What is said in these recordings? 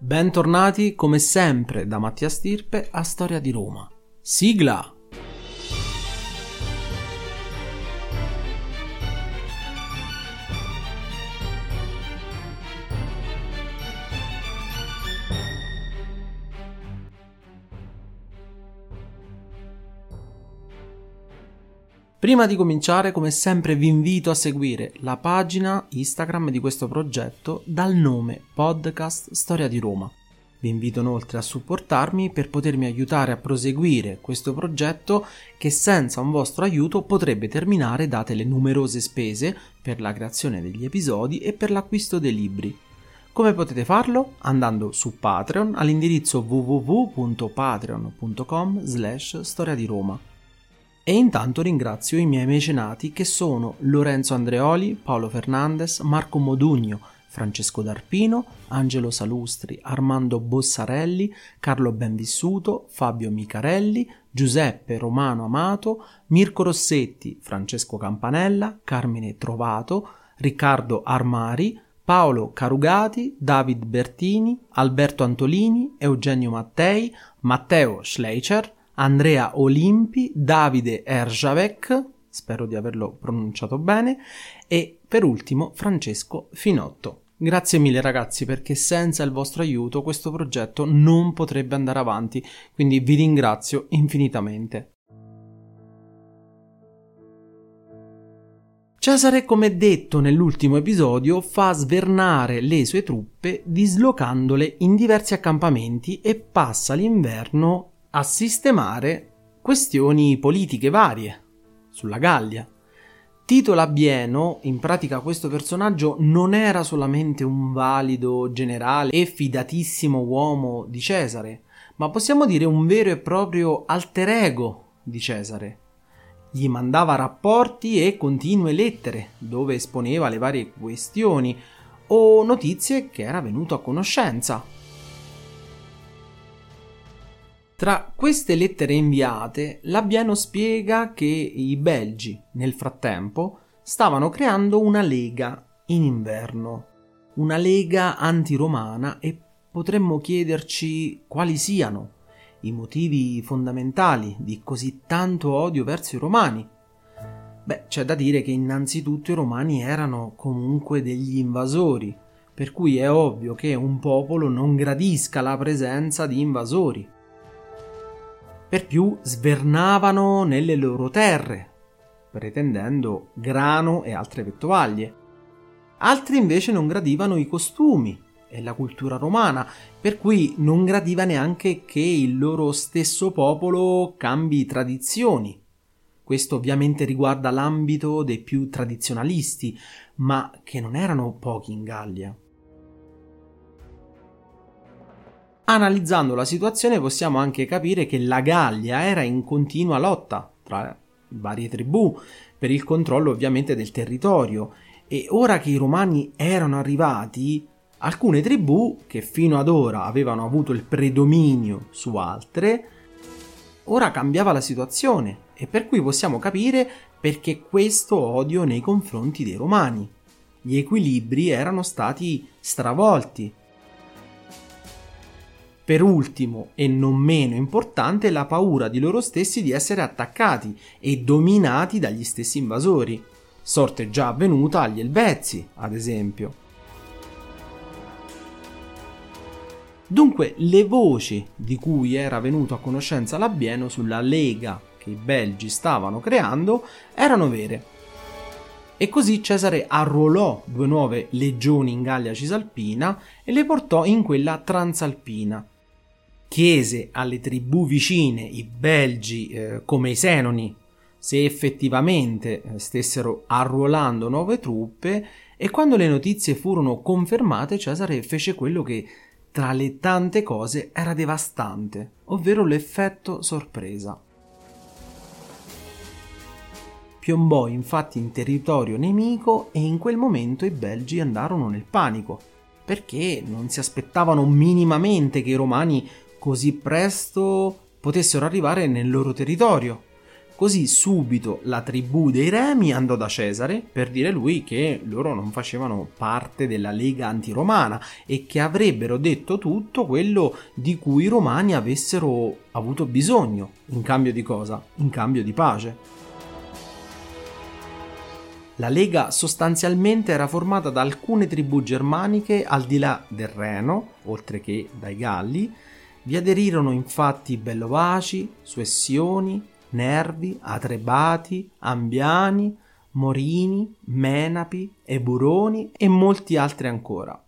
Bentornati come sempre da Mattia Stirpe a Storia di Roma. Sigla! Prima di cominciare, come sempre, vi invito a seguire la pagina Instagram di questo progetto dal nome Podcast Storia di Roma. Vi invito inoltre a supportarmi per potermi aiutare a proseguire questo progetto che senza un vostro aiuto potrebbe terminare date le numerose spese per la creazione degli episodi e per l'acquisto dei libri. Come potete farlo? Andando su Patreon all'indirizzo www.patreon.com/storia di Roma. E intanto ringrazio i miei mecenati che sono Lorenzo Andreoli, Paolo Fernandez, Marco Modugno, Francesco D'Arpino, Angelo Salustri, Armando Bossarelli, Carlo Benvissuto, Fabio Micarelli, Giuseppe Romano Amato, Mirko Rossetti, Francesco Campanella, Carmine Trovato, Riccardo Armari, Paolo Carugati, David Bertini, Alberto Antolini, Eugenio Mattei, Matteo Schleicher, Andrea Olimpi, Davide Erjavec, spero di averlo pronunciato bene, e per ultimo Francesco Finotto. Grazie mille ragazzi, perché senza il vostro aiuto questo progetto non potrebbe andare avanti, quindi vi ringrazio infinitamente. Cesare, come detto nell'ultimo episodio, fa svernare le sue truppe dislocandole in diversi accampamenti e passa l'inverno a sistemare questioni politiche varie sulla Gallia. Tito Labieno, in pratica questo personaggio, non era solamente un valido generale e fidatissimo uomo di Cesare, ma possiamo dire un vero e proprio alter ego di Cesare. Gli mandava rapporti e continue lettere dove esponeva le varie questioni o notizie che era venuto a conoscenza. Tra queste lettere inviate, Labieno spiega che i belgi, nel frattempo, stavano creando una lega in inverno, una lega antiromana, e potremmo chiederci quali siano i motivi fondamentali di così tanto odio verso i romani. C'è da dire che innanzitutto i romani erano comunque degli invasori, per cui è ovvio che un popolo non gradisca la presenza di invasori. Per più svernavano nelle loro terre, pretendendo grano e altre vettovaglie. Altri invece non gradivano i costumi e la cultura romana, per cui non gradiva neanche che il loro stesso popolo cambi tradizioni. Questo ovviamente riguarda l'ambito dei più tradizionalisti, ma che non erano pochi in Gallia. Analizzando la situazione possiamo anche capire che la Gallia era in continua lotta tra varie tribù per il controllo ovviamente del territorio, e ora che i romani erano arrivati, alcune tribù che fino ad ora avevano avuto il predominio su altre, ora cambiava la situazione, e per cui possiamo capire perché questo odio nei confronti dei romani. Gli equilibri erano stati stravolti. Per ultimo, e non meno importante, la paura di loro stessi di essere attaccati e dominati dagli stessi invasori, sorte già avvenuta agli Elvezi, ad esempio. Dunque, le voci di cui era venuto a conoscenza Labieno sulla lega che i belgi stavano creando erano vere. E così Cesare arruolò 2 nuove legioni in Gallia Cisalpina e le portò in quella Transalpina. Chiese alle tribù vicine, i belgi come i senoni, se effettivamente stessero arruolando nuove truppe, e quando le notizie furono confermate, Cesare fece quello che tra le tante cose era devastante, ovvero l'effetto sorpresa. Piombò infatti in territorio nemico e in quel momento i belgi andarono nel panico, perché non si aspettavano minimamente che i romani così presto potessero arrivare nel loro territorio. Così subito la tribù dei Remi andò da Cesare per dire lui che loro non facevano parte della lega antiromana e che avrebbero detto tutto quello di cui i romani avessero avuto bisogno. In cambio di cosa? In cambio di pace. La lega sostanzialmente era formata da alcune tribù germaniche al di là del Reno, oltre che dai Galli. Vi aderirono infatti Bellovaci, Suessioni, Nervi, Atrebati, Ambiani, Morini, Menapi, Eburoni e molti altri ancora.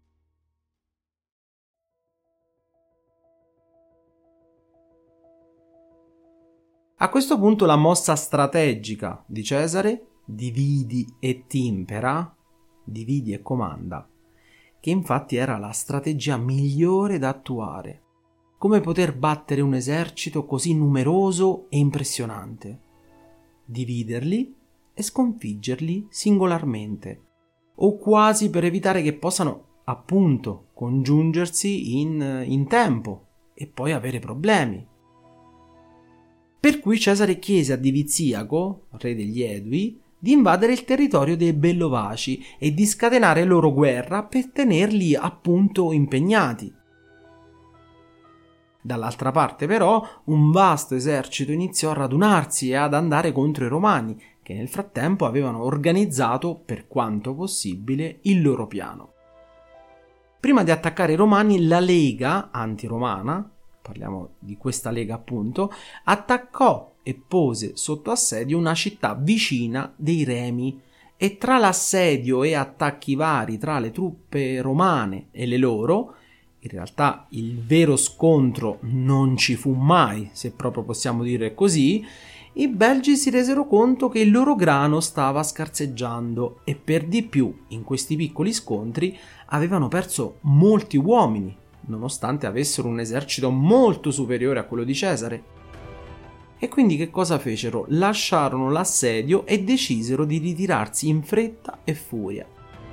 A questo punto la mossa strategica di Cesare, dividi et impera, dividi e comanda, che infatti era la strategia migliore da attuare. Come poter battere un esercito così numeroso e impressionante? Dividerli e sconfiggerli singolarmente, o quasi per evitare che possano, appunto, congiungersi in tempo e poi avere problemi. Per cui Cesare chiese a Diviziaco, re degli Edui, di invadere il territorio dei Bellovaci e di scatenare loro guerra per tenerli appunto impegnati. Dall'altra parte però un vasto esercito iniziò a radunarsi e ad andare contro i Romani, che nel frattempo avevano organizzato, per quanto possibile, il loro piano. Prima di attaccare i Romani, la Lega antiromana, parliamo di questa Lega appunto, attaccò e pose sotto assedio una città vicina dei Remi, e tra l'assedio e attacchi vari tra le truppe romane e le loro, in realtà il vero scontro non ci fu mai, se proprio possiamo dire così, i belgi si resero conto che il loro grano stava scarseggiando e per di più in questi piccoli scontri avevano perso molti uomini, nonostante avessero un esercito molto superiore a quello di Cesare. E quindi che cosa fecero? Lasciarono l'assedio e decisero di ritirarsi in fretta e furia.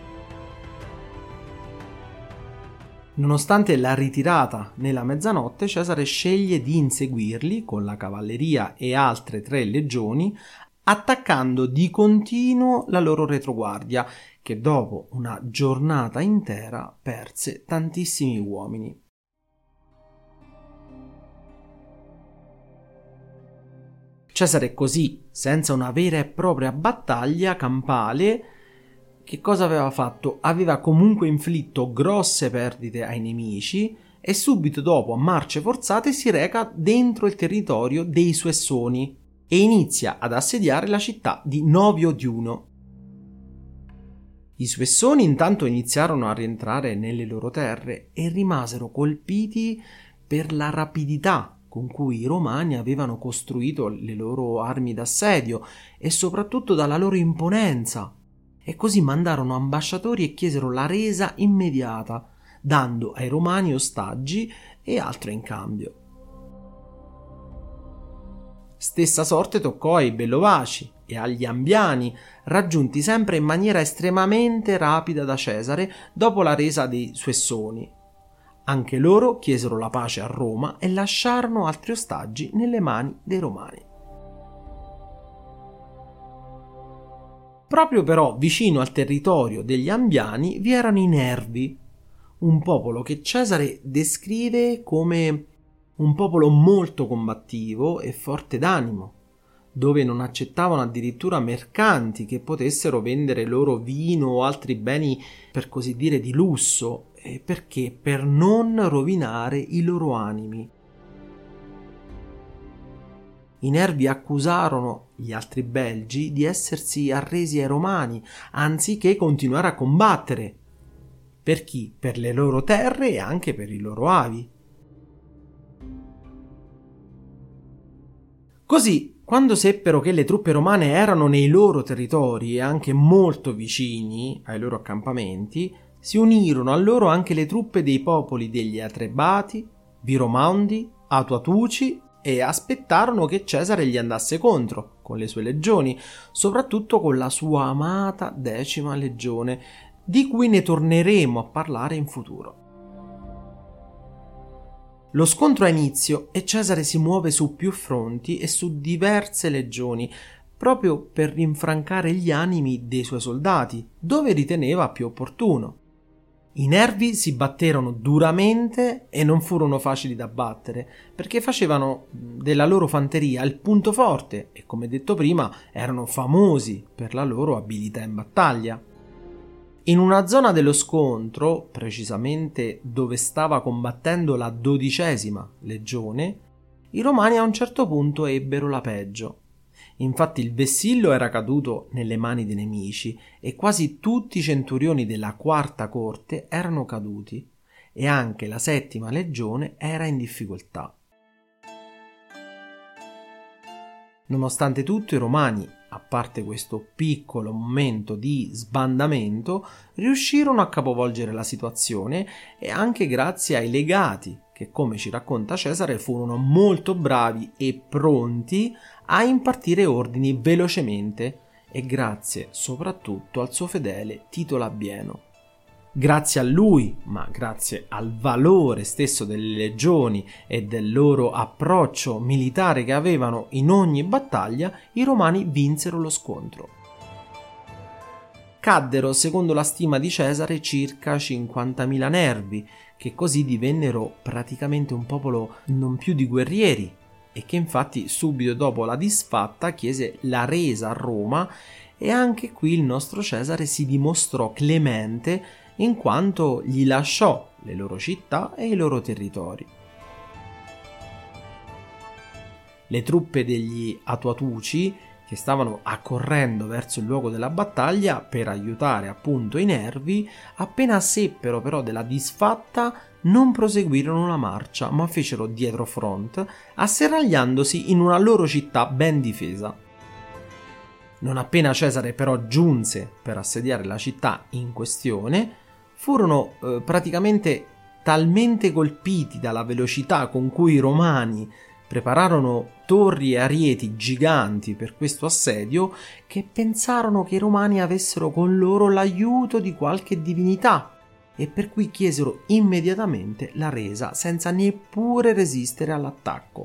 Nonostante la ritirata nella mezzanotte, Cesare sceglie di inseguirli con la cavalleria e altre 3 legioni, attaccando di continuo la loro retroguardia, che dopo una giornata intera perse tantissimi uomini. Cesare così, senza una vera e propria battaglia campale, che cosa aveva fatto? Aveva comunque inflitto grosse perdite ai nemici e subito dopo, a marce forzate, si reca dentro il territorio dei Suessoni e inizia ad assediare la città di Novio Diuno. I Suessoni intanto iniziarono a rientrare nelle loro terre e rimasero colpiti per la rapidità con cui i Romani avevano costruito le loro armi d'assedio e soprattutto dalla loro imponenza. E così mandarono ambasciatori e chiesero la resa immediata, dando ai Romani ostaggi e altro in cambio. Stessa sorte toccò ai Bellovaci e agli Ambiani, raggiunti sempre in maniera estremamente rapida da Cesare dopo la resa dei Suessoni. Anche loro chiesero la pace a Roma e lasciarono altri ostaggi nelle mani dei Romani. Proprio però vicino al territorio degli Ambiani vi erano i Nervi, un popolo che Cesare descrive come un popolo molto combattivo e forte d'animo, dove non accettavano addirittura mercanti che potessero vendere loro vino o altri beni per così dire di lusso, perché per non rovinare i loro animi. I Nervi accusarono gli altri belgi di essersi arresi ai Romani, anziché continuare a combattere. Per chi? Per le loro terre e anche per i loro avi. Così, quando seppero che le truppe romane erano nei loro territori e anche molto vicini ai loro accampamenti, si unirono a loro anche le truppe dei popoli degli Atrebati, Viromandi, Atuatuci e aspettarono che Cesare gli andasse contro con le sue legioni, soprattutto con la sua amata 10ª legione, di cui ne torneremo a parlare in futuro. Lo scontro ha inizio e Cesare si muove su più fronti e su diverse legioni, proprio per rinfrancare gli animi dei suoi soldati, dove riteneva più opportuno. I Nervi si batterono duramente e non furono facili da battere, perché facevano della loro fanteria il punto forte e, come detto prima, erano famosi per la loro abilità in battaglia. In una zona dello scontro, precisamente dove stava combattendo la 12ª legione, i Romani a un certo punto ebbero la peggio. Infatti il vessillo era caduto nelle mani dei nemici e quasi tutti i centurioni della 4ª corte erano caduti e anche la 7ª legione era in difficoltà. Nonostante tutto, i Romani, a parte questo piccolo momento di sbandamento, riuscirono a capovolgere la situazione e anche grazie ai legati che, come ci racconta Cesare, furono molto bravi e pronti a impartire ordini velocemente e grazie soprattutto al suo fedele Tito Labieno. Grazie a lui, ma grazie al valore stesso delle legioni e del loro approccio militare che avevano in ogni battaglia, i Romani vinsero lo scontro. Caddero, secondo la stima di Cesare, circa 50.000 Nervi, che così divennero praticamente un popolo non più di guerrieri e che infatti subito dopo la disfatta chiese la resa a Roma, e anche qui il nostro Cesare si dimostrò clemente in quanto gli lasciò le loro città e i loro territori. Le truppe degli Atuatuci, che stavano accorrendo verso il luogo della battaglia per aiutare appunto i Nervi, appena seppero però della disfatta non proseguirono la marcia, ma fecero dietro front, asserragliandosi in una loro città ben difesa. Non appena Cesare però giunse per assediare la città in questione, furono praticamente talmente colpiti dalla velocità con cui i Romani prepararono torri e arieti giganti per questo assedio che pensarono che i Romani avessero con loro l'aiuto di qualche divinità e per cui chiesero immediatamente la resa senza neppure resistere all'attacco.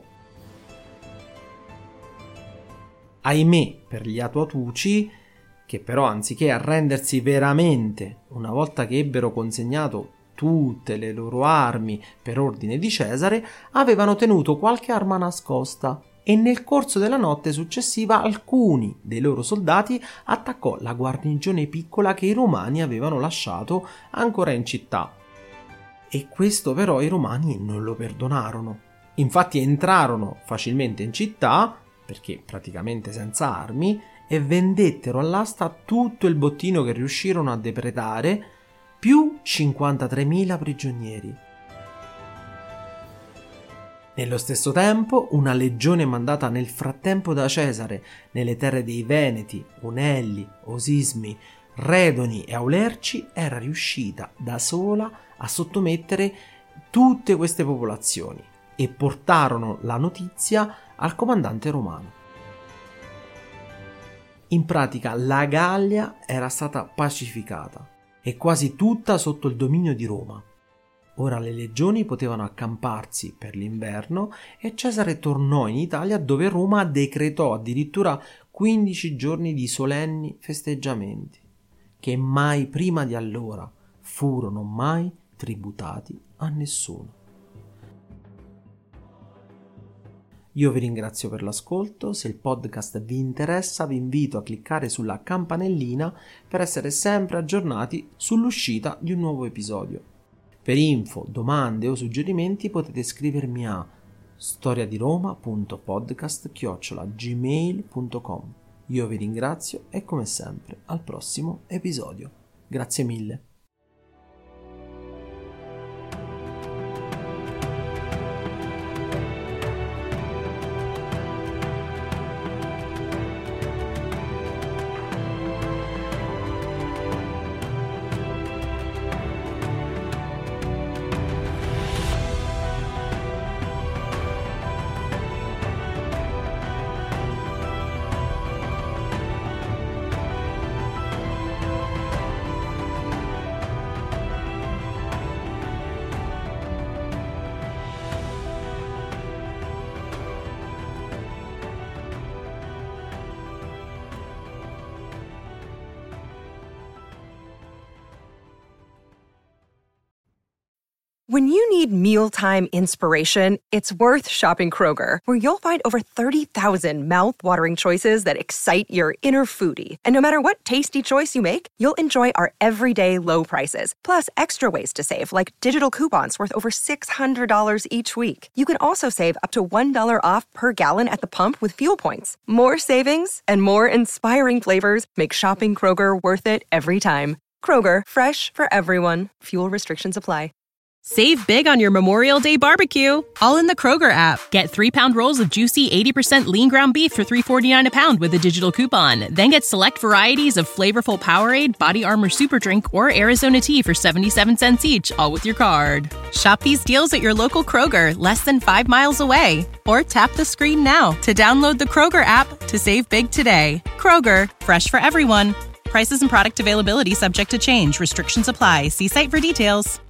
Ahimè per gli Atuatuci, che però anziché arrendersi veramente una volta che ebbero consegnato tutte le loro armi per ordine di Cesare, avevano tenuto qualche arma nascosta e nel corso della notte successiva alcuni dei loro soldati attaccò la guarnigione piccola che i Romani avevano lasciato ancora in città. E questo però i Romani non lo perdonarono. Infatti entrarono facilmente in città, perché praticamente senza armi, e vendettero all'asta tutto il bottino che riuscirono a depredare, più 53.000 prigionieri. Nello stesso tempo, una legione mandata nel frattempo da Cesare nelle terre dei Veneti, Unelli, Osismi, Redoni e Aulerci era riuscita da sola a sottomettere tutte queste popolazioni e portarono la notizia al comandante romano. In pratica la Gallia era stata pacificata e quasi tutta sotto il dominio di Roma. Ora le legioni potevano accamparsi per l'inverno e Cesare tornò in Italia, dove Roma decretò addirittura 15 giorni di solenni festeggiamenti, che mai prima di allora furono mai tributati a nessuno. Io vi ringrazio per l'ascolto. Se il podcast vi interessa, vi invito a cliccare sulla campanellina per essere sempre aggiornati sull'uscita di un nuovo episodio. Per info, domande o suggerimenti potete scrivermi a storiadiroma.podcast@gmail.com. Io vi ringrazio e come sempre al prossimo episodio. Grazie mille. When you need mealtime inspiration, it's worth shopping Kroger, where you'll find over 30,000 mouth-watering choices that excite your inner foodie. And no matter what tasty choice you make, you'll enjoy our everyday low prices, plus extra ways to save, like digital coupons worth over $600 each week. You can also save up to $1 off per gallon at the pump with fuel points. More savings and more inspiring flavors make shopping Kroger worth it every time. Kroger, fresh for everyone. Fuel restrictions apply. Save big on your Memorial Day barbecue, all in the Kroger app. Get 3-pound rolls of juicy 80% lean ground beef for $3.49 a pound with a digital coupon. Then get select varieties of flavorful Powerade, Body Armor Super Drink, or Arizona tea for 77 cents each, all with your card. Shop these deals at your local Kroger, less than 5 miles away. Or tap the screen now to download the Kroger app to save big today. Kroger, fresh for everyone. Prices and product availability subject to change. Restrictions apply. See site for details.